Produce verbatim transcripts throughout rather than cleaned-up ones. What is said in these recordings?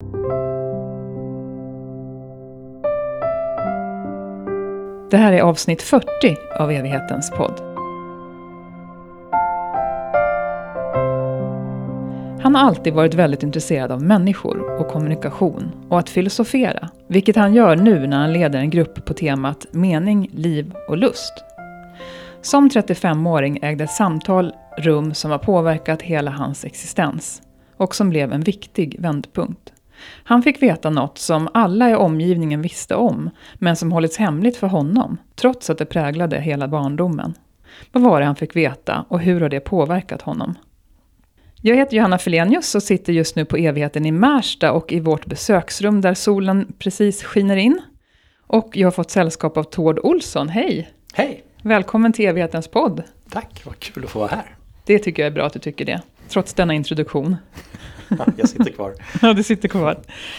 Det här är avsnitt fyrtio av Evighetens podd. Han har alltid varit väldigt intresserad av människor och kommunikation och att filosofera, vilket han gör nu när han leder en grupp på temat mening, liv och lust. Som trettiofemåring ägde ett samtal rum som har påverkat hela hans existens och som blev en viktig vändpunkt. Han fick veta något som alla i omgivningen visste om, men som hållits hemligt för honom, trots att det präglade hela barndomen. Vad var det han fick veta och hur har det påverkat honom? Jag heter Johanna Felenius och sitter just nu på Evigheten i Märsta och i vårt besöksrum där solen precis skiner in. Och jag har fått sällskap av Tord Olsson. Hej! Hej! Välkommen till Evighetens podd. Tack, vad kul att få vara här. Det tycker jag är bra att du tycker det, trots denna introduktion. Ja, jag sitter kvar. Ja, du sitter kvar.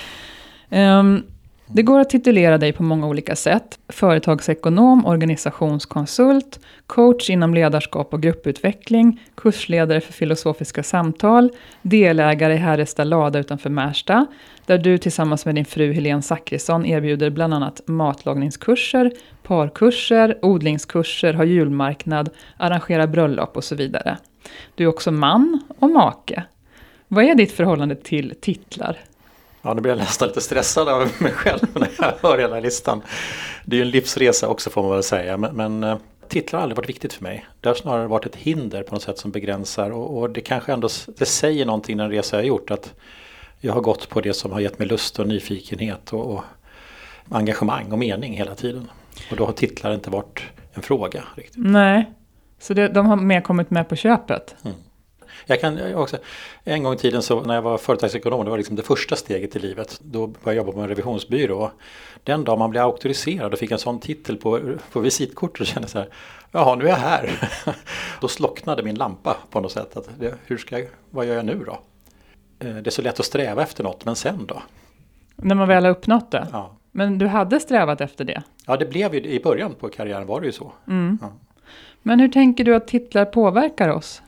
Um, det går att titulera dig på många olika sätt. Företagsekonom, organisationskonsult, coach inom ledarskap och grupputveckling, kursledare för filosofiska samtal, delägare i Häresta Lada utanför Märsta, där du tillsammans med din fru Helene Zachrisson erbjuder bland annat matlagningskurser, parkurser, odlingskurser, har julmarknad, arrangerar bröllop och så vidare. Du är också man och make. Vad är ditt förhållande till titlar? Ja, nu blir jag nästan lite stressad av mig själv när jag hör hela listan. Det är ju en livsresa också får man väl säga. Men, men titlar har aldrig varit viktigt för mig. Det har snarare varit ett hinder på något sätt som begränsar. Och, och det kanske ändå det säger någonting den resa jag har gjort. Att jag har gått på det som har gett mig lust och nyfikenhet och, och engagemang och mening hela tiden. Och då har titlar inte varit en fråga riktigt. Nej, så det, de har mer kommit med på köpet. Mm. Jag kan också, en gång i tiden så när jag var företagsekonom, det var liksom det första steget i livet. Då började jag jobba på en revisionsbyrå. Den dag man blev auktoriserad och fick en sån titel på, på visitkortet och kände så här, jaha nu är jag här. Då slocknade min lampa på något sätt. Att, hur ska jag, vad gör jag nu då? Det är så lätt att sträva efter något, men sen då? När man väl har uppnått det? Ja. Men du hade strävat efter det? Ja, det blev ju i början på karriären var det ju så. Mm. Ja. Men hur tänker du att titlar påverkar oss?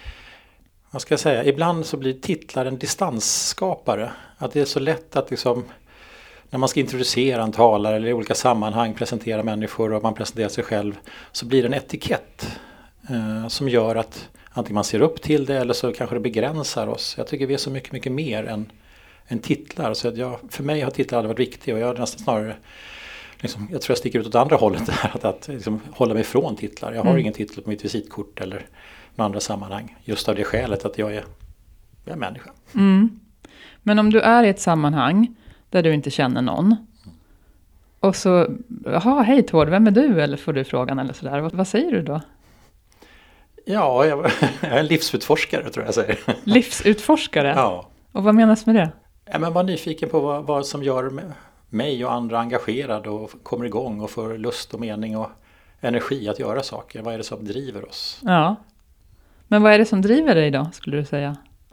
Vad ska jag säga? Ibland så blir titlar en distansskapare. Att det är så lätt att liksom, när man ska introducera en talare eller i olika sammanhang presentera människor och man presenterar sig själv så blir det en etikett eh, som gör att antingen man ser upp till det eller så kanske det begränsar oss. Jag tycker vi är så mycket, mycket mer än, än titlar. Så att jag, för mig har titlar aldrig varit viktiga och jag har nästan snarare liksom, jag tror jag sticker ut åt andra hållet där, att, att liksom, hålla mig från titlar. Jag har mm. ingen titel på mitt visitkort eller några andra sammanhang. Just av det skälet att jag är, jag är människa. Mm. Men om du är i ett sammanhang där du inte känner någon mm. och så, jaha, hej Tord, vem är du? Eller får du frågan eller sådär. Vad, vad säger du då? Ja, jag, jag är en livsutforskare tror jag säger. Livsutforskare? Ja. Och vad menas med det? Ja, men var nyfiken på vad, vad som gör mig och andra engagerade och kommer igång och får lust och mening och energi att göra saker. Vad är det som driver oss? Ja. Men vad är det som driver dig då, skulle du säga?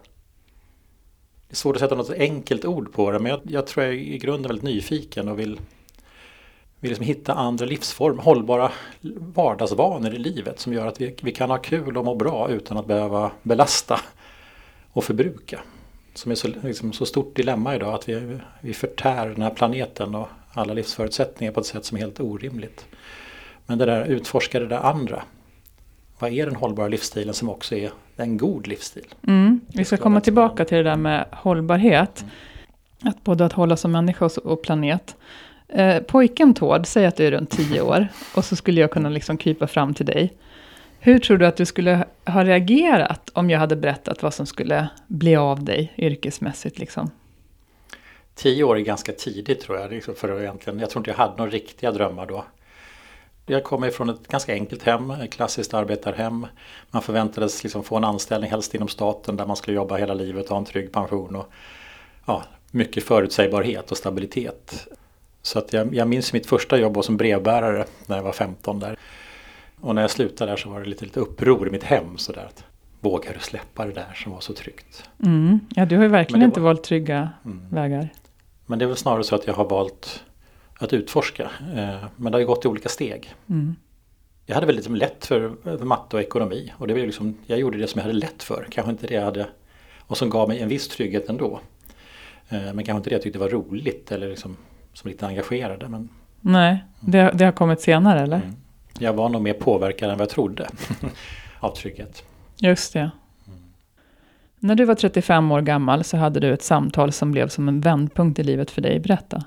Det är svårt att sätta något enkelt ord på det, men jag, jag tror jag är i grunden väldigt nyfiken och vill, vill liksom hitta andra livsformer, hållbara vardagsvanor i livet som gör att vi, vi kan ha kul och må bra utan att behöva belasta och förbruka. Som är så, liksom, så stort dilemma idag att vi, vi förtär den här planeten och alla livsförutsättningar på ett sätt som är helt orimligt. Men det där utforska det där andra. Vad är den hållbara livsstilen som också är en god livsstil? Mm, vi ska komma tillbaka till det där med hållbarhet. Mm. Att både att hålla som människa och planet. Eh, pojken Tord, säg att du är runt tio år. Och så skulle jag kunna liksom krypa fram till dig. Hur tror du att du skulle ha reagerat om jag hade berättat vad som skulle bli av dig yrkesmässigt? Liksom? Tio år är ganska tidigt tror jag. För egentligen, jag tror inte jag hade några riktiga drömmar då. Jag kommer från ett ganska enkelt hem, ett klassiskt arbetarhem. Man förväntades liksom få en anställning helst inom staten där man skulle jobba hela livet och ha en trygg pension. Och, ja, mycket förutsägbarhet och stabilitet. Så att jag, jag minns mitt första jobb som brevbärare när jag var femton där. Och när jag slutade där så var det lite, lite uppror i mitt hem. Så där att, vågar du släppa det där som var så tryggt? Mm. Ja, du har ju verkligen var, inte valt trygga mm. vägar. Men det är väl snarare så att jag har valt att utforska. Men det har ju gått i olika steg. Mm. Jag hade väldigt lätt för, för matte och ekonomi. Och det var liksom, jag gjorde det som jag hade lätt för. Kanske inte det jag hade. Och som gav mig en viss trygghet ändå. Men kanske inte det jag tyckte var roligt eller liksom, som lite engagerade. Men, Nej, det, det har kommit senare eller? Mm. Jag var nog mer påverkad än vad jag trodde av trygghet. Just det. Mm. När du var trettiofem år gammal så hade du ett samtal som blev som en vändpunkt i livet för dig. Berätta.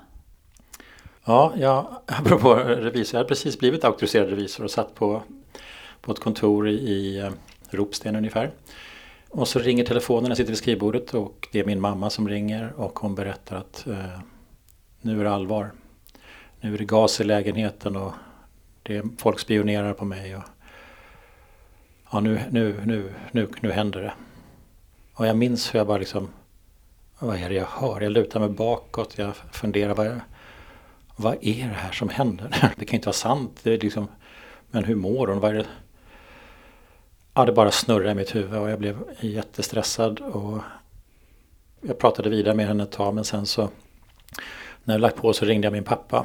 Ja, jag, apropå revisor, jag hade precis blivit auktoriserad revisor och satt på, på ett kontor i, i Ropsten ungefär. Och så ringer telefonen, jag sitter vid skrivbordet och det är min mamma som ringer och hon berättar att eh, nu är det allvar. Nu är det gas i lägenheten och det är, folk spionerar på mig. Och, ja, nu, nu, nu, nu, nu händer det. Och jag minns hur jag bara liksom, vad är det jag hör? Jag lutar mig bakåt, jag funderar, vad är, vad är det här som händer? Det kan inte vara sant, det är liksom, men hur mår hon? Vad är det? Ja, det bara snurrade i mitt huvud och jag blev jättestressad och jag pratade vidare med henne ett tag, men sen så när jag lagt på så ringde jag min pappa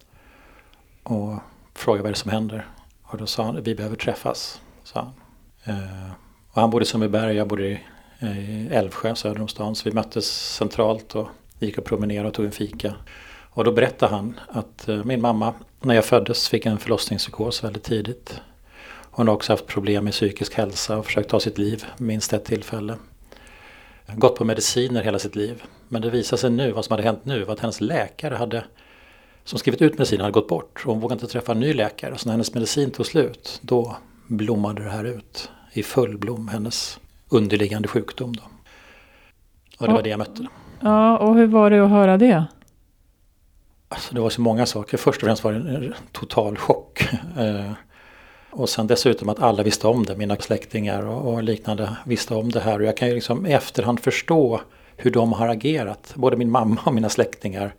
och frågade vad det är som händer. Och då sa han, vi behöver träffas, sa han. Eh, och han bodde i Sundbyberg, jag bodde i, i Älvsjö söder om stan, så vi möttes centralt och gick och promenerade och tog en fika. Och då berättade han att eh, min mamma, när jag föddes, fick en förlossningspsykos väldigt tidigt. Hon har också haft problem med psykisk hälsa och försökt ta sitt liv minst ett tillfälle. Gått på mediciner hela sitt liv. Men det visade sig nu, vad som hade hänt nu, var att hennes läkare hade, som skrivit ut medicinen hade gått bort. Och hon vågade inte träffa en ny läkare. Så när hennes medicin tog slut, då blommade det här ut i full blom, hennes underliggande sjukdom då. Och det var det jag mötte. Ja, och hur var det att höra det? Alltså det var så många saker. Först och främst var det en total chock. Och sen dessutom att alla visste om det, mina släktingar och, och liknande visste om det här. Och jag kan ju liksom i efterhand förstå hur de har agerat, både min mamma och mina släktingar.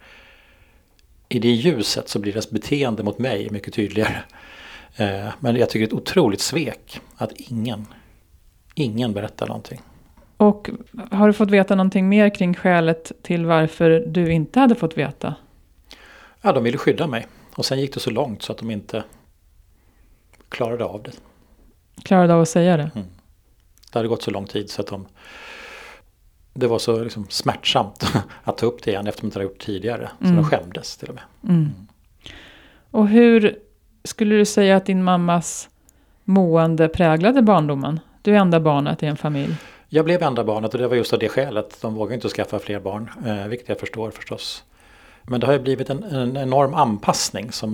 I det ljuset så blir deras beteende mot mig mycket tydligare. Eh, men jag tycker det är ett otroligt svek att ingen, ingen berättar någonting. Och har du fått veta någonting mer kring skälet till varför du inte hade fått veta? Ja, de ville skydda mig. Och sen gick det så långt så att de inte klarade av det. Klarade av att säga det? Mm. Det hade gått så lång tid så att de... Det var så liksom smärtsamt att ta upp det igen efter att de inte hade gjort tidigare. Så mm. de skämdes till och med. Mm. Mm. Och hur skulle du säga att din mammas mående präglade barndomen? Du är enda barnet i en familj. Jag blev enda barnet och det var just av det skälet. De vågade inte skaffa fler barn, eh, vilket jag förstår förstås. Men det har ju blivit en, en enorm anpassning som...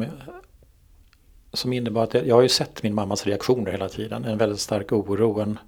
Som innebar att jag, jag har ju sett min mammas reaktioner hela tiden. En väldigt stark oro, en,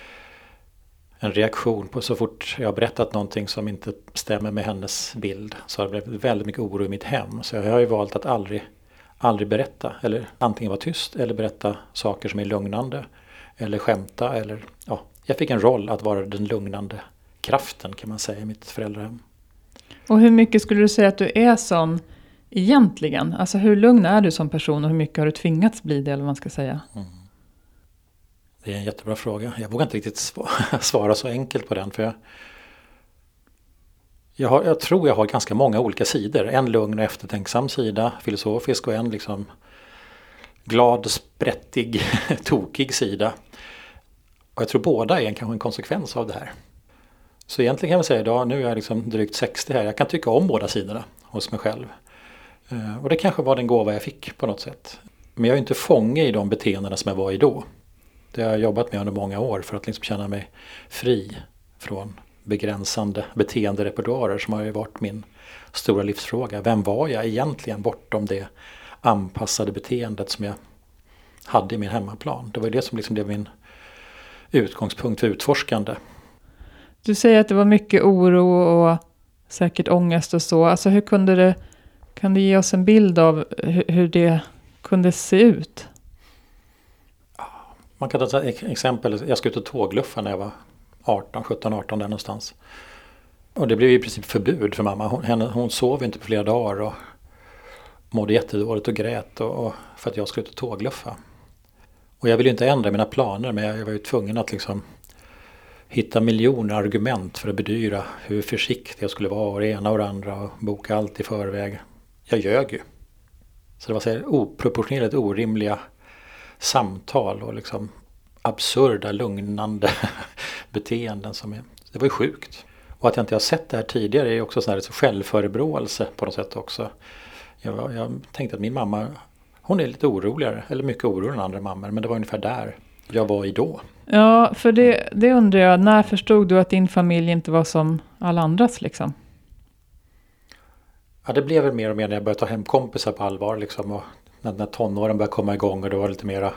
en reaktion på så fort jag har berättat någonting som inte stämmer med hennes bild. Så har det blivit väldigt mycket oro i mitt hem. Så jag har ju valt att aldrig, aldrig berätta. Eller antingen vara tyst eller berätta saker som är lugnande. Eller skämta. Eller, ja, jag fick en roll att vara den lugnande kraften kan man säga i mitt föräldrahem. Och hur mycket skulle du säga att du är sån egentligen? Alltså hur lugn är du som person och hur mycket har du tvingats bli det eller vad man ska säga? Mm. Det är en jättebra fråga. Jag vågar inte riktigt svara så enkelt på den för jag, jag, har, jag tror jag har ganska många olika sidor. En lugn och eftertänksam sida, filosofisk och en liksom glad, sprättig, tokig sida. Och jag tror båda är en, kanske en konsekvens av det här. Så egentligen kan man säga idag, nu är jag liksom drygt sextio här, jag kan tycka om båda sidorna hos mig själv. Och det kanske var den gåva jag fick på något sätt. Men jag är inte fånge i de beteendena som jag var i då. Det har jag jobbat med under många år för att liksom känna mig fri från begränsande beteenderepertoarer som har ju varit min stora livsfråga. Vem var jag egentligen bortom det anpassade beteendet som jag hade i min hemmaplan? Det var ju det som liksom blev min utgångspunkt för utforskande. Du säger att det var mycket oro och säkert ångest och så. Alltså hur kunde det... Kan du ge oss en bild av hur det kunde se ut? Man kan ta ett exempel. Jag skulle ut och tågluffa när jag var arton, sjutton, arton där någonstans. Och det blev i princip förbud för mamma. Hon, henne, hon sov inte på flera dagar och mådde jättedåligt och grät och, och för att jag skulle ut och tågluffa. Och jag ville inte ändra mina planer men jag, jag var ju tvungen att liksom hitta miljoner argument för att bedyra hur försiktig jag skulle vara och det ena och det andra och boka allt i förväg. Jag ljög ju. Så det var så här oproportionerligt orimliga samtal och liksom absurda, lugnande beteenden som är, det var ju sjukt. Och att jag inte har sett det här tidigare är också så här självförebråelse på något sätt också. Jag, jag tänkte att min mamma, hon är lite oroligare, eller mycket oroligare än andra mammor, men det var ungefär där jag var i då. Ja, för det, det undrar jag, när förstod du att din familj inte var som alla andras liksom? Ja, det blev väl mer och mer när jag började ta hem kompisar på allvar liksom, och när, när tonåren började komma igång och det var lite mera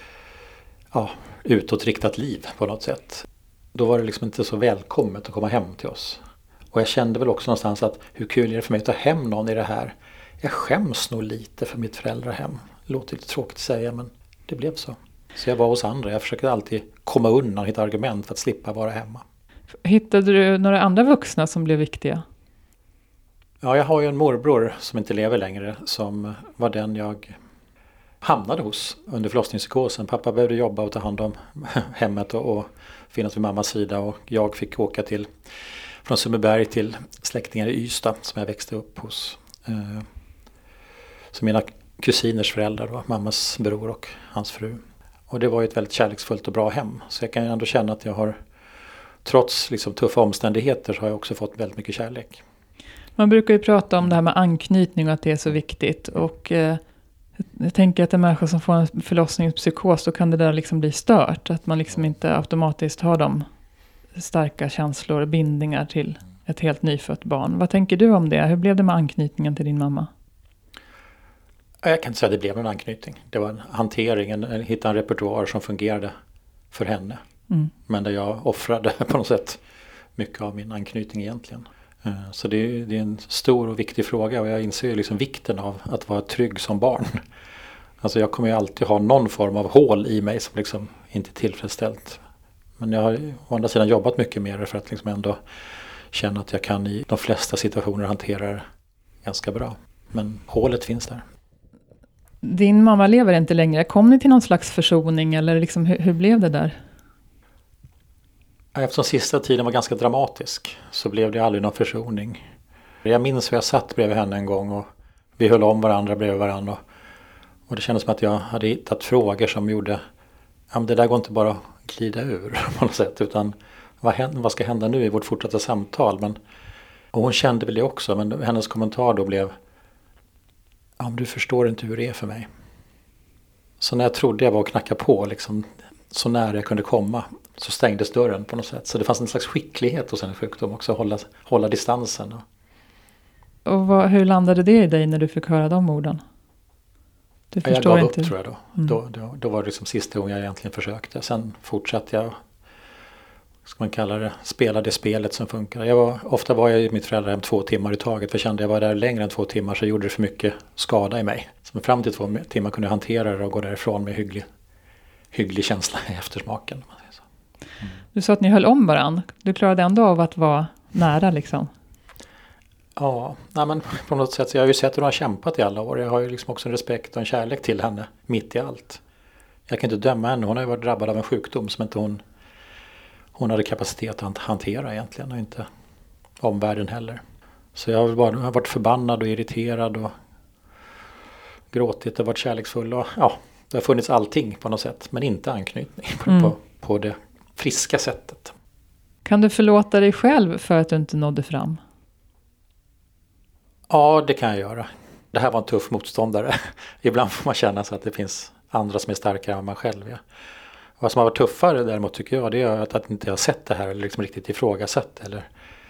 ja, utåtriktat liv på något sätt. Då var det liksom inte så välkommet att komma hem till oss. Och jag kände väl också någonstans att hur kul är det för mig att ta hem någon i det här? Jag skäms nog lite för mitt föräldrahem. Det låter lite tråkigt att säga, men det blev så. Så jag var hos andra. Jag försökte alltid komma undan och hitta argument för att slippa vara hemma. Hittade du några andra vuxna som blev viktiga? Ja, jag har ju en morbror som inte lever längre, som var den jag hamnade hos under förlossningspsykosen. Pappa behövde jobba och ta hand om hemmet och, och finnas vid mammas sida, och jag fick åka till från Sundbyberg till släktingar i Ystad som jag växte upp hos. Eh, som mina kusiners föräldrar då, mammas bror och hans fru. Och det var ju ett väldigt kärleksfullt och bra hem. Så jag kan ändå känna att jag har, trots liksom tuffa omständigheter, så har jag också fått väldigt mycket kärlek. Man brukar ju prata om det här med anknytning och att det är så viktigt. Och eh, jag tänker att en människa som får en förlossningspsykos, då kan det där liksom bli stört. Att man liksom inte automatiskt har de starka känslor och bindningar till ett helt nyfött barn. Vad tänker du om det? Hur blev det med anknytningen till din mamma? Jag kan inte säga att det blev någon anknytning. Det var en hantering, en, en, hitta en repertoar som fungerade för henne. Mm. Men där jag offrade på något sätt mycket av min anknytning egentligen. Så det är, det är en stor och viktig fråga, och jag inser ju liksom vikten av att vara trygg som barn. Alltså jag kommer ju alltid ha någon form av hål i mig som liksom inte är tillfredsställt. Men jag har å andra sidan jobbat mycket mer för att liksom ändå känna att jag kan i de flesta situationer hantera det ganska bra. Men hålet finns där. Din mamma lever inte längre. Kom ni till någon slags försoning, eller liksom, hur, hur blev det där? Eftersom sista tiden var ganska dramatisk så blev det aldrig någon försoning. Jag minns hur jag satt bredvid henne en gång och vi höll om varandra bredvid varandra. Och, och det kändes som att jag hade hittat frågor som gjorde, ja, men det där går inte bara att glida ur på något sätt, utan vad, händer, vad ska hända nu i vårt fortsatta samtal? Men, och hon kände väl det också, men hennes kommentar då blev, ja, men du förstår inte hur det är för mig. Så när jag trodde jag var att knacka på liksom, så nära jag kunde komma, så stängdes dörren på något sätt. Så det fanns en slags skicklighet hos en sjukdom också, att hålla, hålla distansen. Och vad, hur landade det i dig när du fick höra de orden? Du ja, jag förstår gav inte. upp, tror jag då. Mm. Då, då. Då var det liksom sista gången jag egentligen försökte. Sen fortsatte jag, ska man kalla det, spela det spelet som funkar. Jag var, ofta var jag i mitt föräldrahem två timmar i taget. För jag kände jag var där längre än två timmar så gjorde det för mycket skada i mig. Så fram till två timmar kunde jag hantera det och gå därifrån med hygglig, hygglig känsla i eftersmaken. Mm. Du sa att ni höll om varandra. Du klarade ändå av att vara nära liksom. Ja, nej men på något sätt. Så jag har ju sett hur hon har kämpat i alla år. Jag har ju liksom också en respekt och en kärlek till henne mitt i allt. Jag kan inte döma henne. Hon har ju varit drabbad av en sjukdom som inte hon, hon hade kapacitet att hantera egentligen. Och inte omvärlden heller. Så jag har, bara, jag har varit förbannad och irriterad och gråtit och varit kärleksfull. Och, ja, det har funnits allting på något sätt. Men inte anknytning på, mm. på, på det friska sättet. Kan du förlåta dig själv för att du inte nådde fram? Ja, det kan jag göra. Det här var en tuff motståndare. Ibland får man känna så att det finns andra som är starkare än man själv är. Vad som har varit tuffare däremot tycker jag, det är att jag inte har sett det här eller liksom riktigt ifrågasatt eller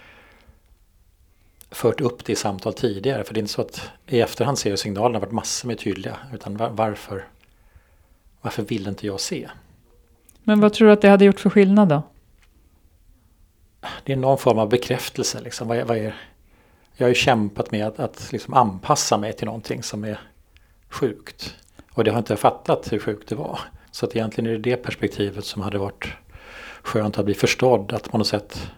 fört upp det i samtal tidigare. För det är inte så att i efterhand ser signalerna varit massor med tydliga. Utan varför, varför vill inte jag se? Men vad tror du att det hade gjort för skillnad då? Det är någon form av bekräftelse. Liksom. Vad är, vad är, jag har ju kämpat med att, att liksom anpassa mig till någonting som är sjukt. Och det har inte fattat hur sjukt det var. Så att egentligen är det det perspektivet som hade varit skönt att bli förstådd. Att på något sätt,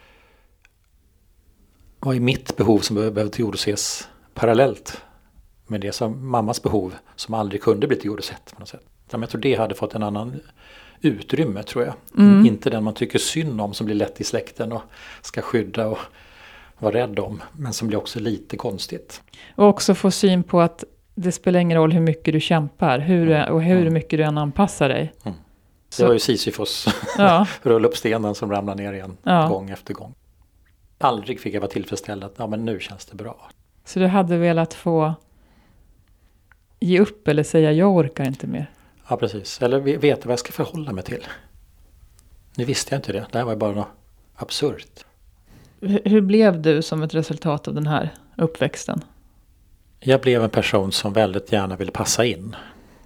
vad är mitt behov som behöver tillgodoses parallellt med det som mammas behov som aldrig kunde bli tillgodosett på något sätt. Så jag tror det hade fått en annan utrymme, tror jag. Mm. Inte den man tycker synd om som blir lätt i släkten och ska skydda och vara rädd om. Men som blir också lite konstigt. Och också få syn på att det spelar ingen roll hur mycket du kämpar hur, och hur mm. mycket du än anpassar dig. Mm. Det var ju Sisyfos ja. rulla upp stenen som ramlar ner igen ja. gång efter gång. aldrig fick jag vara tillfredsställd att ja, men nu känns det bra. Så du hade velat få ge upp eller säga jag orkar inte mer? Ja, precis. Eller veta vad jag ska förhålla mig till. Nu visste jag inte det. Det här var bara något absurt. Hur blev du som ett resultat av den här uppväxten? Jag blev en person som väldigt gärna ville passa in.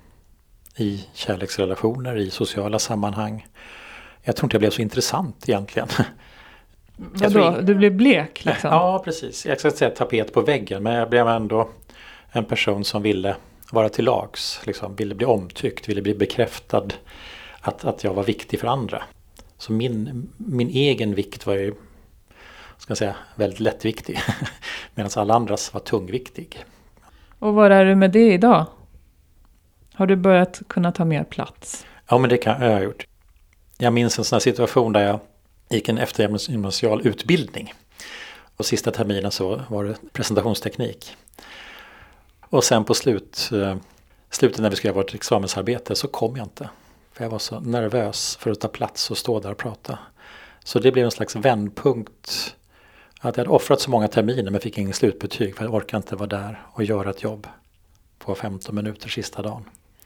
I kärleksrelationer, i sociala sammanhang. Jag tror inte jag blev så intressant egentligen. Vadå? Du blev blek liksom? Ja, precis. Jag ska inte säga tapet på väggen, men jag blev ändå en person som ville vara till lags. Liksom, ville bli omtyckt, ville bli bekräftad att, att jag var viktig för andra. Så min, min egen vikt var ju, ska jag säga, väldigt lättviktig. Medan alla andras var tungviktig. Och var är du med det idag? Har du börjat kunna ta mer plats? Ja, men det kan jag ha gjort. Jag minns en sån här situation där jag gick en eftergymnasial utbildning. Och sista terminen så var det presentationsteknik. Och sen på slut, slutet när vi skulle göra vårt examensarbete så kom jag inte. För jag var så nervös för att ta plats och stå där och prata. Så det blev en slags vändpunkt. Att jag hade offrat så många terminer men fick ingen slutbetyg. För jag orkade inte vara där och göra ett jobb på femton minuter sista dagen.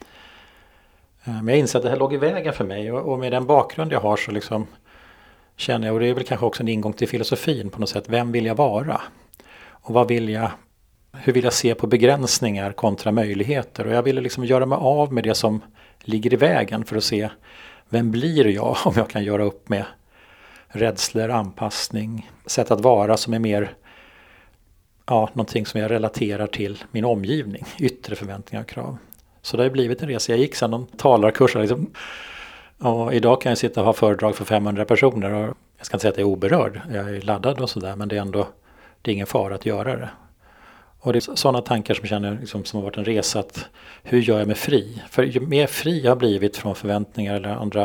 Men jag inser att det här låg i vägen för mig. Och med den bakgrund jag har så liksom känner jag, och det är väl kanske också en ingång till filosofin på något sätt. Vem vill jag vara? Och vad vill jag, hur vill jag se på begränsningar kontra möjligheter? Och jag ville liksom göra mig av med det som ligger i vägen för att se vem blir jag om jag kan göra upp med rädslor, anpassning, sätt att vara som är mer ja, någonting som jag relaterar till min omgivning, yttre förväntningar och krav. Så det har blivit en resa. Jag gick sedan någon talarkurs liksom, och idag kan jag sitta och ha föredrag för femhundra personer och jag ska inte säga att jag är oberörd, jag är laddad och sådär, men det är ändå det är ingen fara att göra det. Och det är sådana tankar som jag känner liksom, som har varit en resa att hur gör jag mig fri? För ju mer fri jag har blivit från förväntningar eller andra,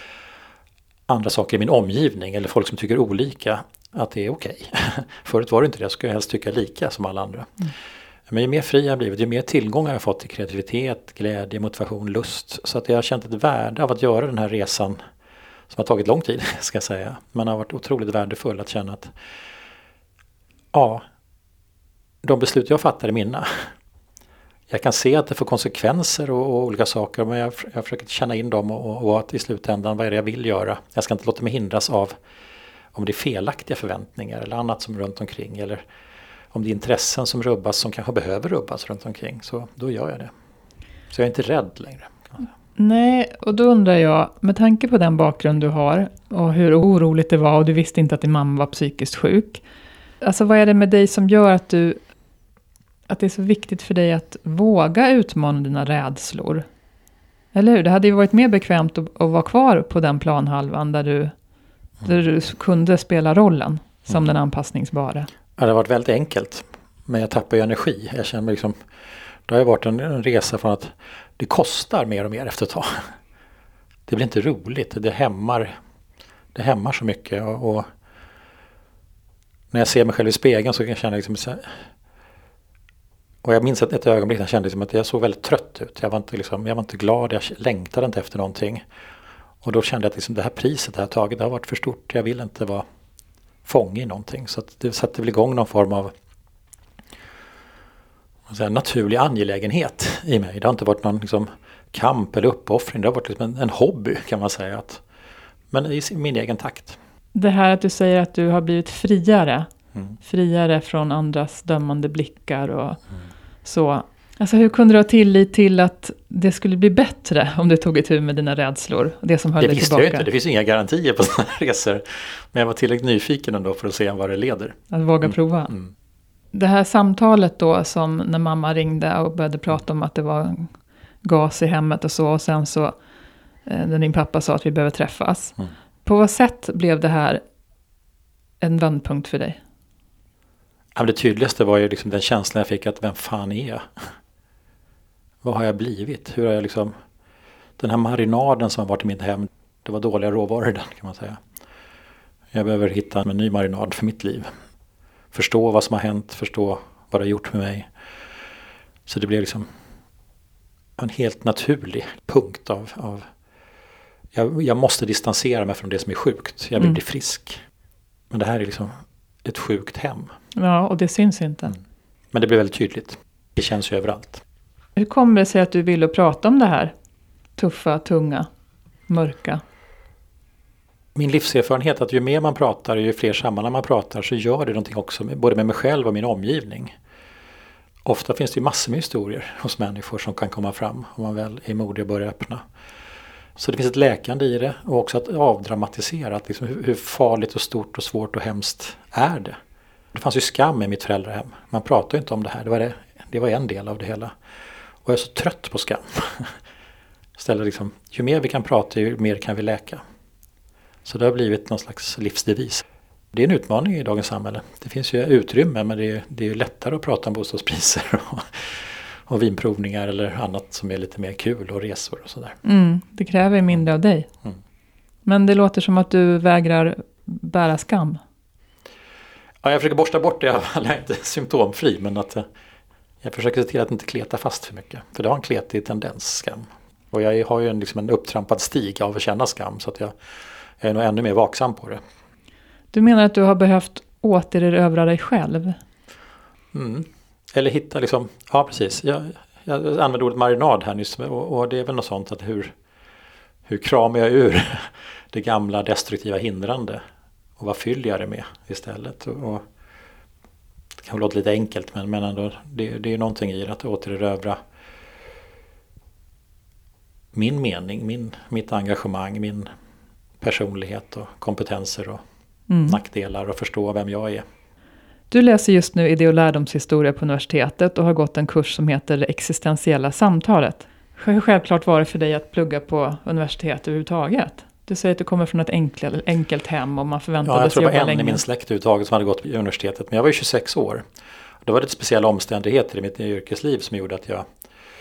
andra saker i min omgivning eller folk som tycker olika, att det är okej. Okay. Förut var det inte det, jag skulle helst tycka lika som alla andra. Mm. Men ju mer fri jag har blivit, ju mer tillgångar jag har fått till kreativitet, glädje, motivation, lust. Så att jag har känt ett värde av att göra den här resan som har tagit lång tid, ska jag säga. Men har varit otroligt värdefull att känna att ja, de beslut jag fattar är mina. Jag kan se att det får konsekvenser och, och olika saker, men jag, jag försöker känna in dem och, och att i slutändan, vad är det jag vill göra? Jag ska inte låta mig hindras av om det är felaktiga förväntningar eller annat som runt omkring, eller om det är intressen som rubbas som kanske behöver rubbas runt omkring, så då gör jag det. Så jag är inte rädd längre. Nej, och då undrar jag, med tanke på den bakgrund du har och hur oroligt det var och du visste inte att din mamma var psykiskt sjuk. Alltså vad är det med dig som gör att du att det är så viktigt för dig att våga utmana dina rädslor? Eller hur? Det hade ju varit mer bekvämt att, att vara kvar på den planhalvan där du, mm. där du kunde spela rollen som mm. den anpassningsbara. Ja, det har varit väldigt enkelt, men jag tappar ju energi. Jag känner mig liksom, det har ju varit en, en resa från att det kostar mer och mer efter ett tag. Det blir inte roligt, det hämmar, det hämmar så mycket. Och, och när jag ser mig själv i spegeln så kan jag känna liksom så här, och jag minns ett, ett ögonblick när jag kände liksom att jag såg väldigt trött ut. Jag var inte, liksom, jag var inte glad, jag längtade inte efter någonting. Och då kände jag att liksom det här priset jag har tagit, det har varit för stort. Jag vill inte vara fånge i någonting. Så att det satte väl igång någon form av säga, naturlig angelägenhet i mig. Det har inte varit någon liksom, kamp eller uppoffring. Det har varit liksom en, en hobby kan man säga. Att, men i min egen takt. Det här att du säger att du har blivit friare. Mm. Friare från andras dömande blickar och mm. så. Alltså hur kunde du ha tillit till att det skulle bli bättre om du tog itu med dina rädslor? Det som höll det dig visste tillbaka. Jag inte, det finns inga garantier på sådana här resor. Men jag var tillräckligt nyfiken ändå för att se vad det leder. Att våga prova. Mm. Mm. Det här samtalet då som när mamma ringde och började prata om att det var gas i hemmet och så. Och sen så eh, när din pappa sa att vi behöver träffas. Mm. På vad sätt blev det här en vändpunkt för dig? Ja, det tydligaste var ju liksom den känslan jag fick att vem fan är jag? Vad har jag blivit? Hur har jag liksom... Den här marinaden som har varit i mitt hem, det var dåliga råvaror den kan man säga. Jag behöver hitta en ny marinad för mitt liv. Förstå vad som har hänt, förstå vad det har gjort med mig. Så det blev liksom en helt naturlig punkt av... av jag, jag måste distansera mig från det som är sjukt. Jag vill mm. bli frisk. Men det här är liksom ett sjukt hem. Ja, och det syns inte. Mm. Men det blir väldigt tydligt. Det känns ju överallt. Hur kommer det sig att du vill prata om det här? Tuffa, tunga, mörka. Min livserfarenhet är att ju mer man pratar, ju fler sammanhang man pratar, så gör det någonting också med, både med mig själv och min omgivning. Ofta finns det ju massor med historier hos människor som kan komma fram om man väl är modig och börjar öppna. Så det finns ett läkande i det, och också att avdramatisera att liksom hur, hur farligt och stort och svårt och hemskt är det. Det fanns ju skam i mitt föräldrahem. Man pratade inte om det här. Det var, det, det var en del av det hela. Och jag är så trött på skam. Istället liksom, ju mer vi kan prata, ju mer kan vi läka. Så det har blivit någon slags livsdevis. Det är en utmaning i dagens samhälle. Det finns ju utrymme, men det är, det är ju lättare att prata om bostadspriser och, och vinprovningar eller annat som är lite mer kul, och resor och sådär. Mm, det kräver mindre av dig. Mm. Men det låter som att du vägrar bära skam. Ja, jag försöker borsta bort det. Jag är inte symptomfri, men att jag försöker se till att inte kleta fast för mycket. För det har en kletig tendens, skam. Och jag har ju en, liksom en upptrampad stig av att känna skam, så att jag, jag är nog ännu mer vaksam på det. Du menar att du har behövt återerövra dig själv? Mm. Eller hitta liksom, ja precis. Jag, jag använde ordet marinad här nyss, och, och det är väl något sånt att hur, hur kramar jag ur det gamla destruktiva hindrande och vad fyller jag det med istället. Och, och det kan väl låta lite enkelt, men, men ändå, det, det är ju någonting i det, att återerövra min mening, min, mitt engagemang, min personlighet och kompetenser och mm. nackdelar, och förstå vem jag är. Du läser just nu idé- och lärdomshistoria på universitetet och har gått en kurs som heter Det existentiella samtalet. Hur självklart var det för dig att plugga på universitet överhuvudtaget? Du säger att du kommer från ett enkelt, enkelt hem och man förväntades jobba länge. Ja, jag tror det var en i min släkt överhuvudtaget som hade gått på universitetet. Men jag var ju tjugosex år. Då var det ett speciella omständigheter i mitt yrkesliv som gjorde att jag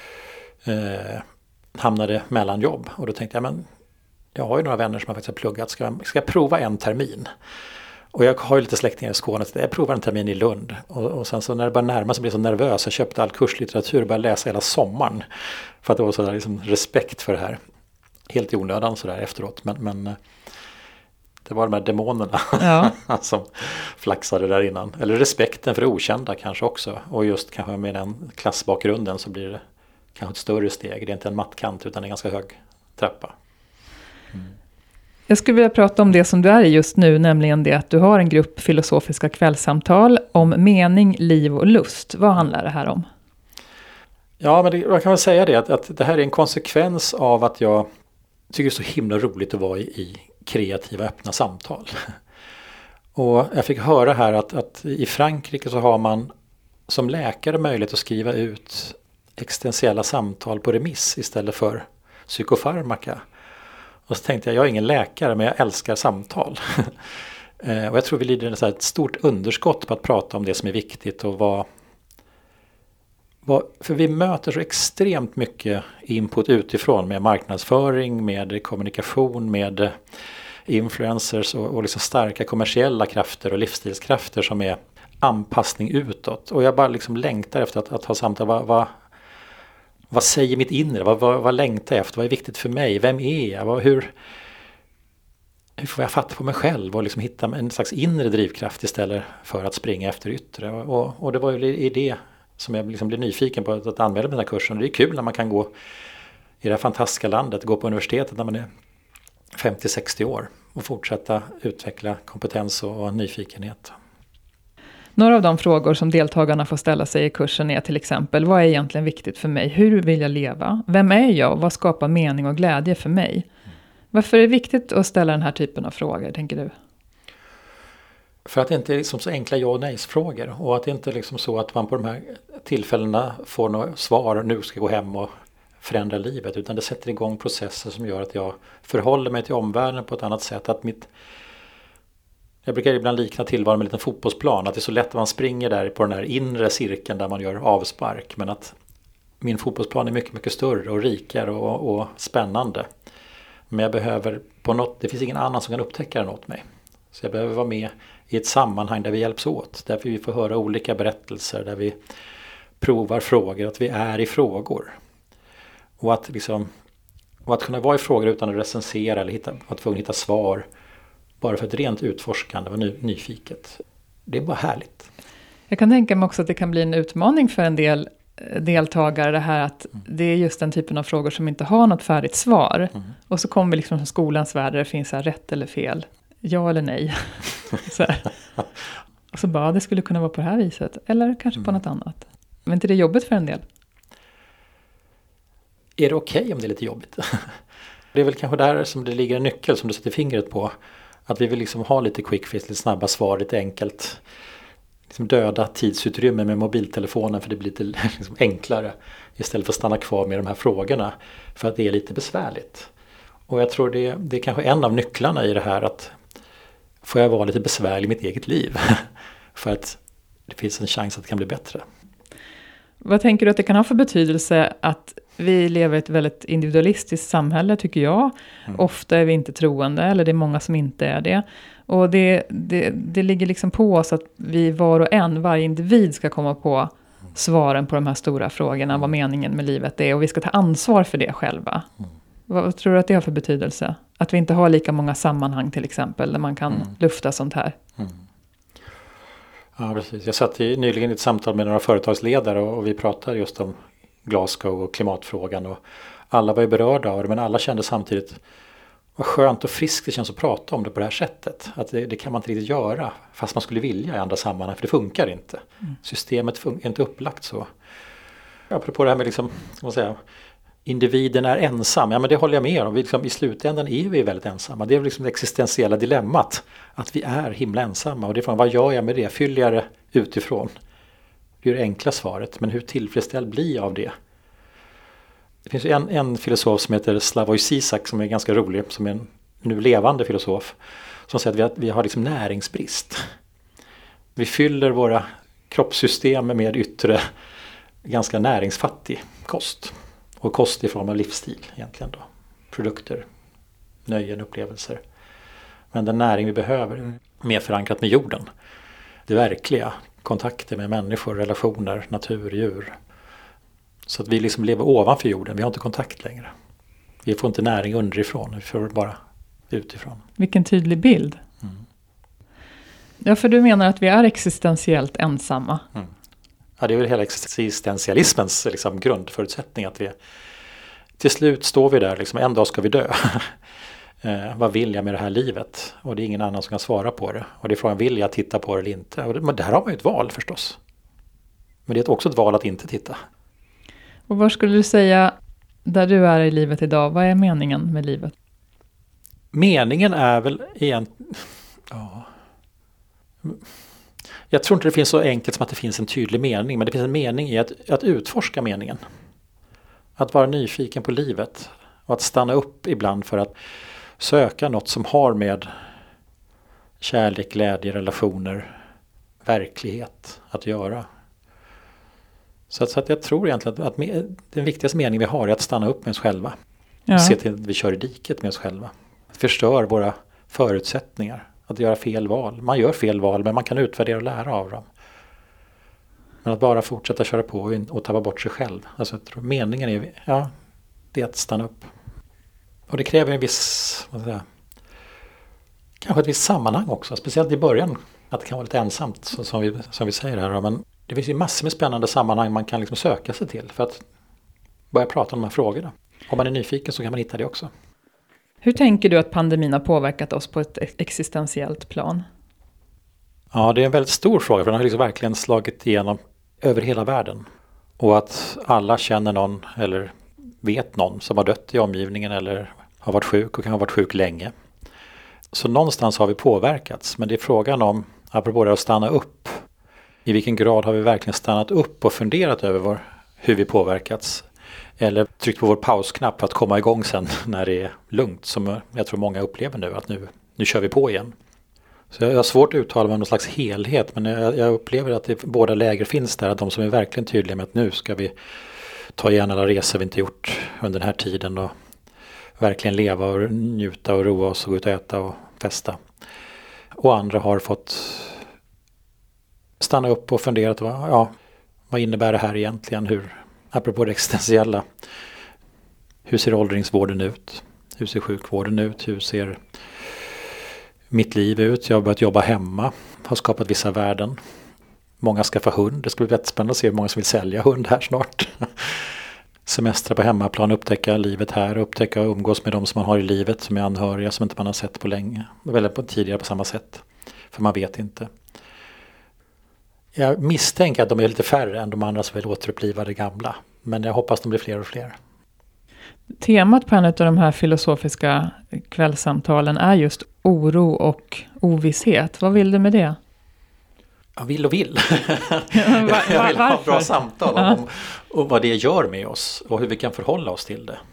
eh, hamnade mellan jobb. Och då tänkte jag, men jag har ju några vänner som har faktiskt pluggat. Ska jag, ska jag prova en termin? Och jag har ju lite släktingar i Skåne, så jag provar en termin i Lund. Och, och sen så när det började närma sig blev jag så nervös. Jag köpte all kurslitteratur och började läsa hela sommaren. För att det var så där liksom respekt för det här. Helt i onödan så där efteråt. Men, men det var de här demonerna ja. som flaxade där innan. Eller respekten för det okända kanske också. Och just kanske med den klassbakgrunden så blir det kanske ett större steg. Det är inte en mattkant utan en ganska hög trappa. Mm. Jag skulle vilja prata om det som du är i just nu, nämligen det att du har en grupp filosofiska kvällssamtal om mening, liv och lust. Vad handlar det här om? Ja, men det, man kan väl säga det att, att det här är en konsekvens av att jag tycker det är så himla roligt att vara i, i kreativa öppna samtal. Och jag fick höra här att, att i Frankrike så har man som läkare möjlighet att skriva ut existentiella samtal på remiss istället för psykofarmaka. Och så tänkte jag, jag är ingen läkare men jag älskar samtal. Och jag tror vi lider ett stort underskott på att prata om det som är viktigt och vad, vad... För vi möter så extremt mycket input utifrån med marknadsföring, med kommunikation, med influencers och, och liksom starka kommersiella krafter och livsstilskrafter som är anpassning utåt. Och jag bara liksom längtar efter att, att ha samtal. Vad, vad, vad säger mitt inre? Vad, vad, vad längtar jag efter? Vad är viktigt för mig? Vem är jag? Vad, hur, hur får jag fatta på mig själv och liksom hitta en slags inre drivkraft istället för att springa efter yttre? Och, och, och det var ju i det som jag liksom blev nyfiken på att, att anmäla den här kursen. Det är kul när man kan gå i det här fantastiska landet, gå på universitetet när man är femtio till sextio år och fortsätta utveckla kompetens och, och nyfikenhet. Några av de frågor som deltagarna får ställa sig i kursen är till exempel: vad är egentligen viktigt för mig? Hur vill jag leva? Vem är jag och vad skapar mening och glädje för mig? Mm. Varför är det viktigt att ställa den här typen av frågor, tänker du? För att det inte är liksom så enkla ja- och nej-frågor. Och att det inte är liksom så att man på de här tillfällena får några svar, nu ska jag gå hem och förändra livet. Utan det sätter igång processer som gör att jag förhåller mig till omvärlden på ett annat sätt. Att mitt... Jag brukar ibland likna tillvaron med en liten fotbollsplan. Att det är så lätt att man springer där på den här inre cirkeln där man gör avspark. Men att min fotbollsplan är mycket, mycket större och rikare och, och spännande. Men jag behöver på något, det finns ingen annan som kan upptäcka den åt mig. Så jag behöver vara med i ett sammanhang där vi hjälps åt. Där vi får höra olika berättelser, där vi provar frågor, att vi är i frågor. Och att, liksom, och att kunna vara i frågor utan att recensera eller hitta, att få hitta svar bara för ett rent utforskande, var ny, nyfiket. det är bara härligt. Jag kan tänka mig också att det kan bli en utmaning för en del deltagare, det här att mm. det är just den typen av frågor som inte har något färdigt svar. Mm. Och så kommer vi liksom från skolans värld där det finns så här rätt eller fel. Ja eller nej. så här. Och så bara, det skulle kunna vara på det här viset. Eller kanske mm. på något annat. Men inte det jobbigt för en del? Är det okej okay om det är lite jobbigt? Det är väl kanske där som det ligger en nyckel som du sätter fingret på. Att vi vill liksom ha lite quick fix, lite snabba svar, lite enkelt. Liksom döda tidsutrymme med mobiltelefonen för det blir lite liksom enklare. Istället för att stanna kvar med de här frågorna. För att det är lite besvärligt. Och jag tror det, det är kanske en av nycklarna i det här att får jag vara lite besvärlig i mitt eget liv. För att det finns en chans att det kan bli bättre. Vad tänker du att det kan ha för betydelse att vi lever i ett väldigt individualistiskt samhälle, tycker jag. Mm. Ofta är vi inte troende, eller det är många som inte är det. Och det, det, det ligger liksom på oss att vi var och en, varje individ ska komma på svaren på de här stora frågorna, vad meningen med livet är. Och vi ska ta ansvar för det själva. Mm. Vad, vad tror du att det har för betydelse? Att vi inte har lika många sammanhang till exempel, där man kan mm. lufta sånt här. Mm. Ja, precis. Jag satt i, nyligen i ett samtal med några företagsledare och, och vi pratade just om Glasgow och klimatfrågan. Och alla var ju berörda av det, men alla kände samtidigt vad skönt och friskt det känns att prata om det på det här sättet. Att det, det kan man inte riktigt göra, fast man skulle vilja i andra sammanhang, för det funkar inte. Mm. Systemet fun- är inte upplagt så. Apropå det här med liksom, ska man säga, individen är ensam. Ja, men det håller jag med om. Vi liksom, i slutändan är vi väldigt ensamma. Det är liksom det existentiella dilemmat. Att vi är himla ensamma. Och det är frågan, vad gör jag med det? Fyller jag det utifrån? Det är det enkla svaret. Men hur tillfredsställd blir jag av det? Det finns en, en filosof som heter Slavoj Zizek som är ganska rolig. Som är en nu levande filosof. Som säger att vi har, vi har liksom näringsbrist. Vi fyller våra kroppssystem med yttre ganska näringsfattig kost. Och kost i form av livsstil egentligen då. Produkter, nöjen, upplevelser. Men den näring vi behöver är mer förankrat med jorden. Det verkliga, kontakter med människor, relationer, natur, djur. Så att vi liksom lever ovanför jorden, vi har inte kontakt längre. Vi får inte näring underifrån, vi får bara utifrån. Vilken tydlig bild. Mm. Ja, för du menar att vi är existentiellt ensamma. Mm. Ja, det är väl hela existentialismens liksom, grundförutsättning att vi till slut står vi där, liksom, en dag ska vi dö. eh, vad vill jag med det här livet? Och det är ingen annan som kan svara på det. Och det är frågan, vill jag titta på det eller inte? Och det, men där har man ju ett val förstås. Men det är också ett val att inte titta. Och vad skulle du säga där du är i livet idag? Vad är meningen med livet? Meningen är väl egentligen... Ja... Jag tror inte det finns så enkelt som att det finns en tydlig mening. Men det finns en mening i att, att utforska meningen. Att vara nyfiken på livet. Och att stanna upp ibland för att söka något som har med kärlek, glädje, relationer, verklighet att göra. Så att, så att jag tror egentligen att, att med, den viktigaste meningen vi har är att stanna upp med oss själva. Ja. Se till att vi kör i diket med oss själva. Förstör våra förutsättningar. Att göra fel val. Man gör fel val, men man kan utvärdera och lära av dem. Men att bara fortsätta köra på och, och tappa bort sig själv. Alltså jag tror meningen är, ja, det är att stanna upp. Och det kräver en viss, vad ska jag säga, kanske ett visst sammanhang också. Speciellt i början. Att det kan vara lite ensamt, så, som, vi, som vi säger här. Men det finns ju massor med spännande sammanhang man kan liksom söka sig till. För att börja prata om de här frågorna. Om man är nyfiken så kan man hitta det också. Hur tänker du att pandemin har påverkat oss på ett existentiellt plan? Ja, det är en väldigt stor fråga för den har liksom verkligen slagit igenom över hela världen. Och att alla känner någon eller vet någon som har dött i omgivningen eller har varit sjuk och kan ha varit sjuk länge. Så någonstans har vi påverkats, men det är frågan om, apropå det att stanna upp, i vilken grad har vi verkligen stannat upp och funderat över vår, hur vi påverkats? Eller tryckt på vår pausknapp för att komma igång sen när det är lugnt. Som jag tror många upplever nu. Att nu, nu kör vi på igen. Så jag har svårt att uttala mig om någon slags helhet. Men jag, jag upplever att det, båda läger finns där. Att de som är verkligen tydliga med att nu ska vi ta igen alla resor vi inte gjort under den här tiden. Och verkligen leva och njuta och roa oss och gå ut och äta och festa. Och andra har fått stanna upp och fundera. Ja, vad innebär det här egentligen? Hur... Apropå det existentiella, hur ser åldringsvården ut? Hur ser sjukvården ut? Hur ser mitt liv ut. Jag har börjat jobba hemma, har skapat vissa värden. Många skaffar hund. Det ska bli väldigt spännande att se hur många som vill sälja hund här snart. Semester på hemmaplan, upptäcka livet här, upptäcka och umgås med de som man har i livet som är anhöriga som inte man har sett på länge. Eller på tidigare på samma sätt. För man vet inte. Jag misstänker att de är lite färre än de andra som vill återuppliva det gamla. Men jag hoppas de blir fler och fler. Temat på en av de här filosofiska kvällssamtalen är just oro och ovisshet. Vad vill du med det? Jag vill och vill. Ja, var, jag vill ha bra varför? samtal Ja. om och vad det gör med oss och hur vi kan förhålla oss till det.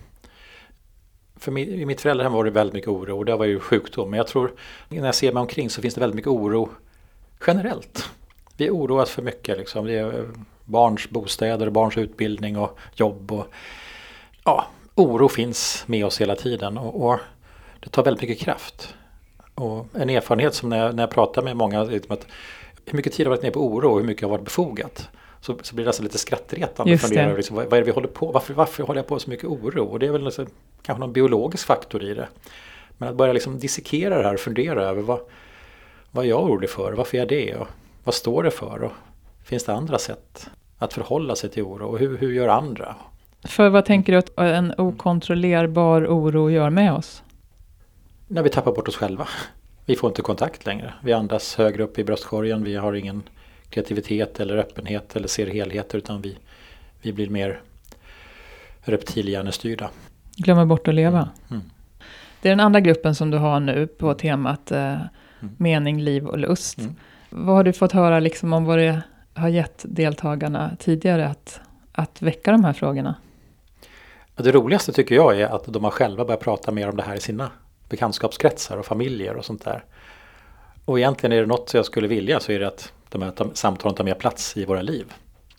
För mig, i mitt föräldrahem var det väldigt mycket oro och det var ju sjukdom. Men jag tror, när jag ser mig omkring så finns det väldigt mycket oro generellt. Vi oroas för mycket. Liksom. Det är barns bostäder, barns utbildning och jobb. Och, ja, oro finns med oss hela tiden och, och det tar väldigt mycket kraft. Och en erfarenhet som när jag, när jag pratar med många, liksom att hur mycket tid har varit ner på oro och hur mycket har varit befogat. Så, så blir det alltså lite skrattretande. Just Fundera, det. liksom, vad, vad är det vi håller på? Varför, varför håller jag på så mycket oro? Och det är väl liksom, kanske någon biologisk faktor i det. Men att börja liksom dissekera det här och fundera över vad, vad jag är orolig för. Varför är jag det? Och vad står det för? Och finns det andra sätt att förhålla sig till oro? Och hur, hur gör andra? För vad tänker du att en okontrollerbar oro gör med oss? När vi tappar bort oss själva. Vi får inte kontakt längre. Vi andas högre upp i bröstkorgen. Vi har ingen kreativitet eller öppenhet eller ser helheter utan vi, vi blir mer reptilhjärnestyrda. Glömmer bort att leva. Mm. Det är den andra gruppen som du har nu på temat eh, Mm. mening, liv och lust. Mm. Vad har du fått höra liksom om vad det har gett deltagarna tidigare att, att väcka de här frågorna? Det roligaste tycker jag är att de har själva börjat prata mer om det här i sina bekantskapskretsar och familjer och sånt där. Och egentligen är det något jag skulle vilja så är det att de här samtalen tar mer plats i våra liv.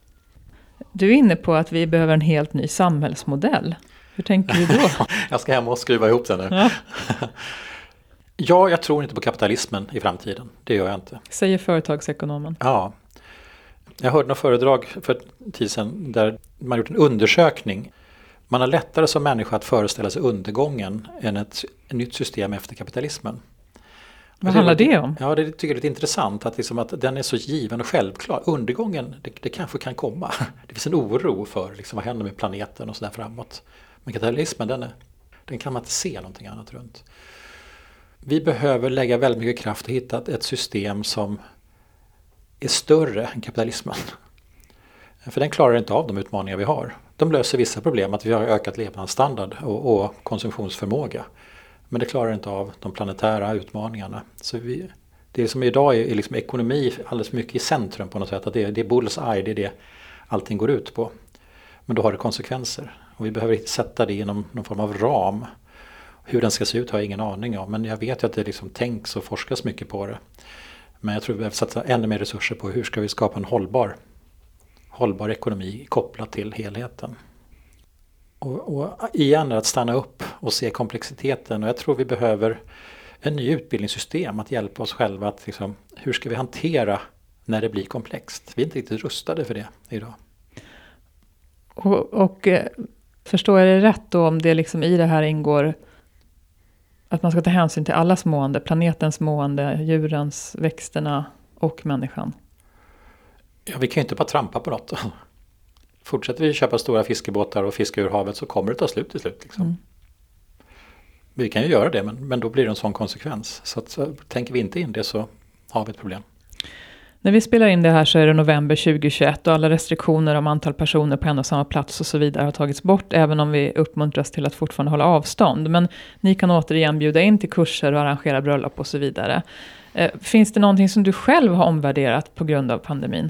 Du är inne på att vi behöver en helt ny samhällsmodell. Hur tänker du då? Jag ska hem och skruva ihop den nu. Ja. Ja, jag tror inte på kapitalismen i framtiden. Det gör jag inte. Säger företagsekonomen. Ja. Jag hörde något föredrag för en tid sedan där man gjort en undersökning. Man har lättare som människa att föreställa sig undergången än ett, ett nytt system efter kapitalismen. Vad handlar det om? Ja, det tycker jag är lite intressant att, liksom att den är så given och självklar. Undergången, det, det kanske kan komma. Det finns en oro för liksom, vad händer med planeten och sådär framåt. Men kapitalismen, den, är, den kan man inte se någonting annat runt. Vi behöver lägga väldigt mycket kraft och hitta ett system som är större än kapitalismen. För den klarar inte av de utmaningar vi har. De löser vissa problem, att vi har ökat levnadsstandard och, och konsumtionsförmåga. Men det klarar inte av de planetära utmaningarna. Så vi, det som idag är, är liksom ekonomi alldeles mycket i centrum på något sätt. Att det, det är bullseye, det är det allting går ut på. Men då har det konsekvenser. Och vi behöver sätta det inom någon form av ram. Hur den ska se ut har jag ingen aning om. Men jag vet ju att det liksom tänks och forskas mycket på det. Men jag tror vi behöver satsa ännu mer resurser på hur ska vi skapa en hållbar, hållbar ekonomi kopplat till helheten. Och, och igen att stanna upp och se komplexiteten. Och jag tror vi behöver en ny utbildningssystem att hjälpa oss själva. Att liksom, hur ska vi hantera när det blir komplext? Vi är inte riktigt rustade för det idag. Och, och förstår jag det rätt då om det liksom i det här ingår att man ska ta hänsyn till allas mående, planetens mående, djurens, växterna och människan? Ja, vi kan ju inte bara trampa på något. Fortsätter vi köpa stora fiskebåtar och fiska ur havet så kommer det ta slut till slut. Liksom. Mm. Vi kan ju göra det men, men då blir det en sån konsekvens. Så, att, så tänker vi inte in det så har vi ett problem. När vi spelar in det här så är det november tjugohundratjugoett och alla restriktioner om antal personer på en och samma plats och så vidare har tagits bort även om vi uppmuntras till att fortfarande hålla avstånd. Men ni kan återigen bjuda in till kurser och arrangera bröllop och så vidare. Eh, finns det någonting som du själv har omvärderat på grund av pandemin?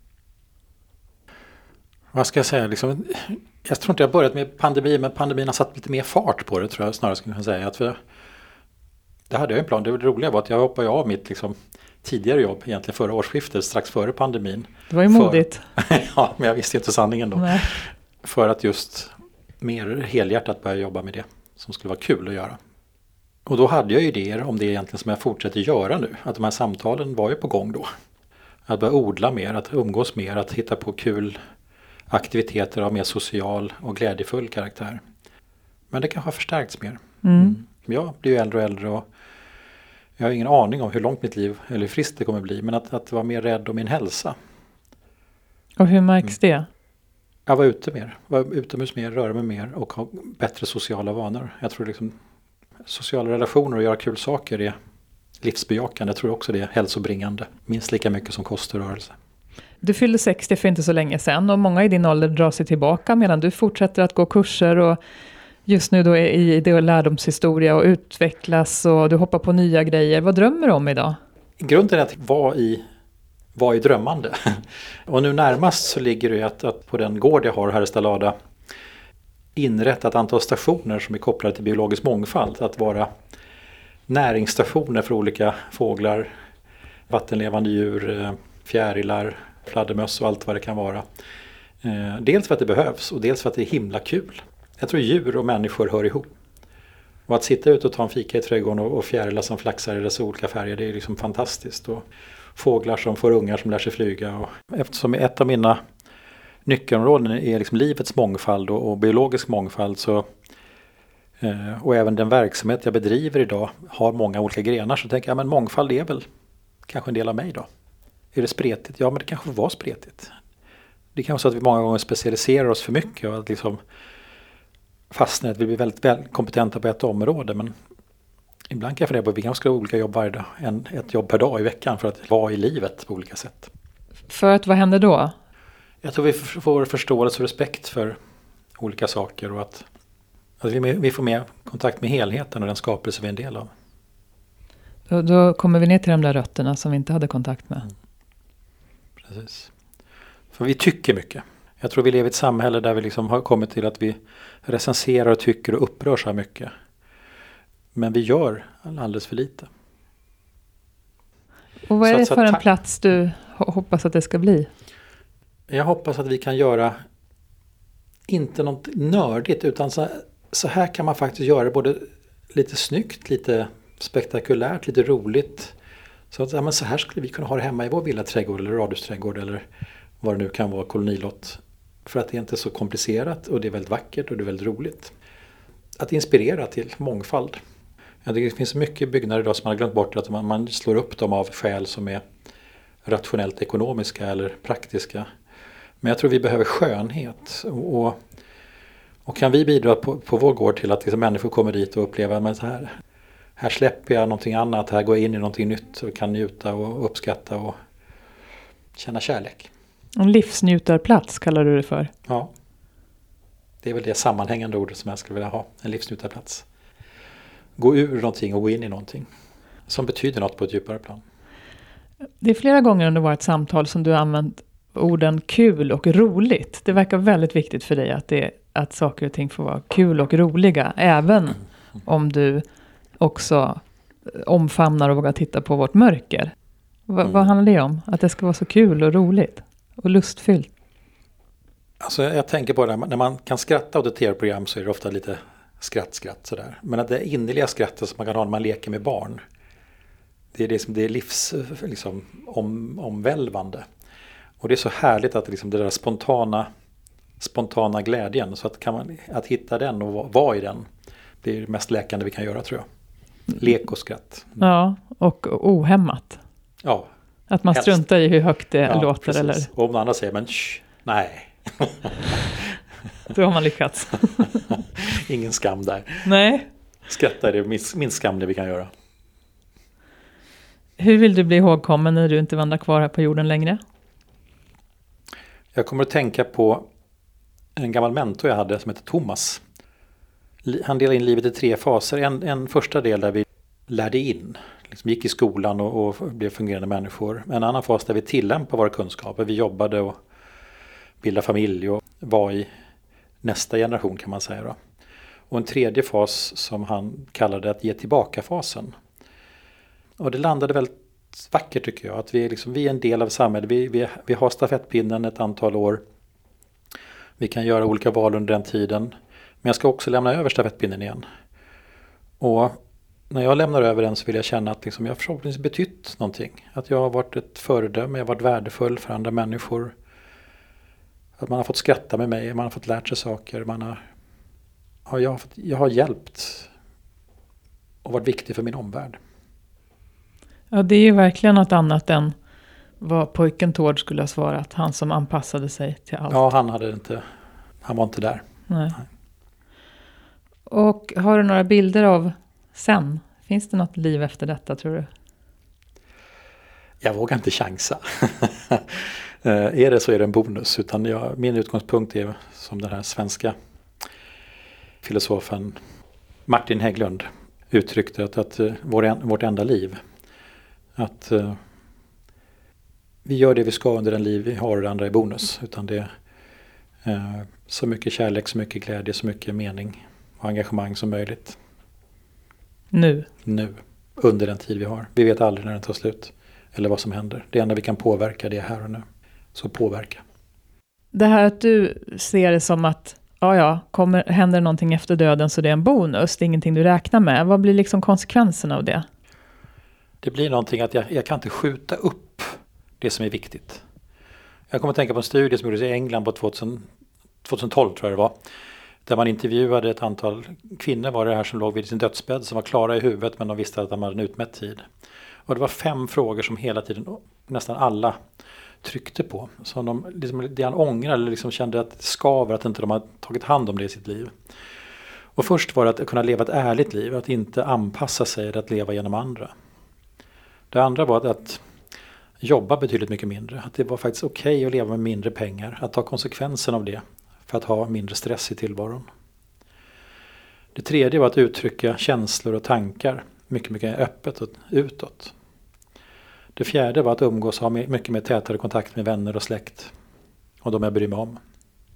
Vad ska jag säga? Liksom, jag tror inte jag börjat med pandemi men pandemin har satt lite mer fart på det tror jag snarare skulle jag säga. Att för, det hade jag en plan. Det roliga var att jag hoppade av mitt liksom, tidigare jobb egentligen förra årsskiftet strax före pandemin. Det var ju modigt. För, ja, men jag visste inte sanningen då. Nej. För att just mer helhjärtat börja jobba med det som skulle vara kul att göra. Och då hade jag idéer om det egentligen som jag fortsätter göra nu. Att de här samtalen var ju på gång då. Att börja odla mer, att umgås mer, att hitta på kul aktiviteter av mer social och glädjefull karaktär. Men det kanske har förstärkts mer. Mm. Jag blir ju äldre och äldre och Jag har ingen aning om hur långt mitt liv eller hur friskt det kommer bli, men att, att vara mer rädd om min hälsa. Och hur märks det? Jag var ute mer, var utomhus mer, röra mig mer och ha bättre sociala vanor. Jag tror liksom sociala relationer och göra kul saker är livsbejakande. Jag tror också det är hälsobringande, minst lika mycket som kost och rörelse. Du fyllde sextio för inte så länge sedan och många i din ålder drar sig tillbaka medan du fortsätter att gå kurser och just nu då är i det lärdomshistoria och utvecklas och du hoppar på nya grejer. Vad drömmer du om idag? Grunden är att vara i, vara i drömmande. Och nu närmast så ligger det att, att på den gård jag har här i Stallada inrätta ett antal stationer som är kopplade till biologisk mångfald. Att vara näringsstationer för olika fåglar, vattenlevande djur, fjärilar, fladdermöss och allt vad det kan vara. Dels för att det behövs och dels för att det är himla kul. Jag tror djur och människor hör ihop. Och att sitta ut och ta en fika i trädgården och, och fjärilar som flaxar i dess olika färger, det är liksom fantastiskt. Och fåglar som får ungar som lär sig flyga. Och eftersom ett av mina nyckelområden är liksom livets mångfald och, och biologisk mångfald så, eh, och även den verksamhet jag bedriver idag har många olika grenar, så tänker jag men mångfald är väl kanske en del av mig då. Är det spretigt? Ja, men det kanske var spretigt. Det kan vara så att vi många gånger specialiserar oss för mycket och att liksom fastnar att vi blir väldigt väl kompetenta på ett område, men ibland kan jag fundera på att vi kanske ska ha olika jobb varje dag, en, ett jobb per dag i veckan för att vara i livet på olika sätt. För att vad händer då? Jag tror vi får förståelse och respekt för olika saker och att, att vi, vi får mer kontakt med helheten och den skapelse vi är en del av. Då, då kommer vi ner till de där rötterna som vi inte hade kontakt med. Mm. Precis. För vi tycker mycket. Jag tror vi lever i ett samhälle där vi liksom har kommit till att vi recenserar och tycker och upprör så mycket. Men vi gör alldeles för lite. Och vad är så det att, för en ta- plats du hoppas att det ska bli? Jag hoppas att vi kan göra inte något nördigt, utan så, så här kan man faktiskt göra både lite snyggt, lite spektakulärt, lite roligt. Så att ja, men så här skulle vi kunna ha det hemma i vår villaträdgård eller radhusträdgård eller vad det nu kan vara, kolonilott. För att det är inte så komplicerat och det är väldigt vackert och det är väldigt roligt. Att inspirera till mångfald. Ja, det finns mycket byggnader idag som man har glömt bort att man, man slår upp dem av skäl som är rationellt ekonomiska eller praktiska. Men jag tror vi behöver skönhet. Och, och kan vi bidra på, på vår gård till att liksom människor kommer dit och upplever att här, här släpper jag någonting annat, här går jag in i någonting nytt och kan njuta och uppskatta och känna kärlek. En livsnjutarplats kallar du det för. Ja, det är väl det sammanhängande ordet som jag skulle vilja ha, en livsnjutarplats. Gå ur någonting och gå in i någonting som betyder något på ett djupare plan. Det är flera gånger under vårt samtal som du har använt orden kul och roligt. Det verkar väldigt viktigt för dig att, det, att saker och ting får vara kul och roliga. Även mm. om du också omfamnar och vågar titta på vårt mörker. Va, mm. Vad handlar det om? Att det ska vara så kul och roligt och lustfyllt. Alltså jag tänker på det, när man kan skratta åt ett tv-program så är det ofta lite skratt, skratt sådär. Men att det innerliga skrattet som man kan ha när man leker med barn, det är det som det är livs liksom, om, omvälvande. Och det är så härligt att liksom, det där spontana, spontana glädjen, så att, kan man, att hitta den och vara i den, det är det mest läkande vi kan göra tror jag. Lek och skratt. Mm. Ja, och ohämmat. Ja. Att man helst. struntar i hur högt det ja, låter. Precis. Eller? Och om någon annan säger, men shh, nej. Då har man lyckats. Ingen skam där. Nej. Skratta är det minst, minst skam det vi kan göra. Hur vill du bli ihågkommen när du inte vandrar kvar här på jorden längre? Jag kommer att tänka på en gammal mentor jag hade som heter Thomas. Han delade in livet i tre faser. En, en första del där vi lärde in, liksom gick i skolan och, och blev fungerande människor. En annan fas där vi tillämpade våra kunskaper. Vi jobbade och bildade familj och var i nästa generation kan man säga då. Och en tredje fas som han kallade att ge tillbaka-fasen. Och det landade väldigt vackert tycker jag. Att vi, liksom, vi är en del av samhället. Vi, vi, vi har stafettpinnen ett antal år. Vi kan göra olika val under den tiden. Men jag ska också lämna över stafettpinnen igen. Och när jag lämnar över den så vill jag känna att liksom, jag har förhoppningsvis betytt någonting. Att jag har varit ett föredöme, jag har varit värdefull för andra människor. Att man har fått skratta med mig, man har fått lärt sig saker. Man har, ja, jag, har fått, jag har hjälpt och varit viktig för min omvärld. Ja, det är ju verkligen något annat än vad pojken Tord skulle ha svarat. Han som anpassade sig till allt. Ja, han hade inte, han var inte där. Nej. Nej. Och har du några bilder av sen? Finns det något liv efter detta, tror du? Jag vågar inte chansa. Är det så är det en bonus. Utan jag, min utgångspunkt är som den här svenska filosofen Martin Hägglund uttryckte att, att vår, vårt enda liv, att uh, vi gör det vi ska under den liv vi har och det andra är bonus. Utan det är uh, så mycket kärlek, så mycket glädje, så mycket mening och engagemang som möjligt. Nu? Nu, under den tid vi har. Vi vet aldrig när den tar slut eller vad som händer. Det enda vi kan påverka det är här och nu. Så påverka. Det här att du ser det som att ja, ja, kommer, händer någonting efter döden så det är en bonus. Det är ingenting du räknar med. Vad blir liksom konsekvenserna av det? Det blir någonting att jag, jag kan inte skjuta upp det som är viktigt. Jag kommer att tänka på en studie som gjordes i England på tjugohundra, tjugotolv tror jag det var. Där man intervjuade ett antal kvinnor var det här som låg vid sin dödsbädd som var klara i huvudet men de visste att de hade en utmätt tid. Och det var fem frågor som hela tiden, nästan alla, tryckte på. Så de, liksom, det han ångrar eller liksom kände att det skaver att inte de har tagit hand om det i sitt liv. Och först var det att kunna leva ett ärligt liv, att inte anpassa sig till att leva genom andra. Det andra var att, att jobba betydligt mycket mindre. Att det var faktiskt okej okay att leva med mindre pengar, att ta konsekvensen av det för att ha mindre stress i tillvaron. Det tredje var att uttrycka känslor och tankar mycket, mycket öppet och utåt. Det fjärde var att umgås och ha mycket mer tätare kontakt med vänner och släkt. Och de jag bryr mig om.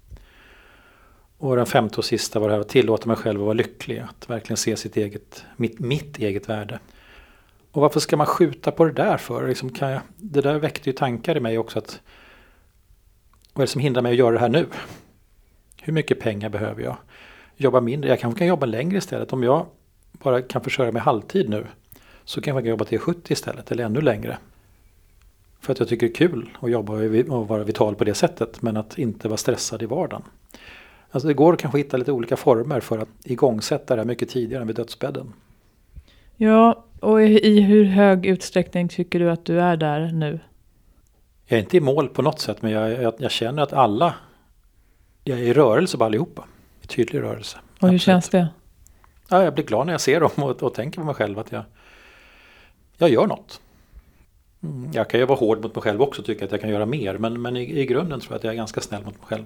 Och den femte och sista var det här att tillåta mig själv att vara lycklig. Att verkligen se sitt eget, mitt, mitt eget värde. Och varför ska man skjuta på det där för? Liksom kan jag, det där väckte ju tankar i mig också. Att, vad är det som hindrar mig att göra det här nu? Hur mycket pengar behöver jag? Jobba mindre? Jag kanske kan jobba längre istället. Om jag bara kan försörja mig halvtid nu. Så kan jag jobba till sjuttio istället eller ännu längre. För att jag tycker det är kul att jobba och vara vital på det sättet. Men att inte vara stressad i vardagen. Alltså det går att kanske hitta lite olika former för att igångsätta det här mycket tidigare än vid dödsbädden. Ja, och i hur hög utsträckning tycker du att du är där nu? Jag är inte i mål på något sätt, men jag, jag, jag känner att alla, jag är i rörelse på allihopa. I tydlig rörelse. Och hur Absolut. Känns det? Ja, jag blir glad när jag ser dem och, och tänker på mig själv att jag, jag gör något. Mm, jag kan ju vara hård mot mig själv också och tycka att jag kan göra mer, men, men i, i grunden tror jag att jag är ganska snäll mot mig själv.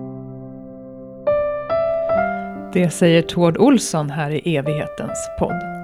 Det säger Tord Olsson här i Evighetens podd.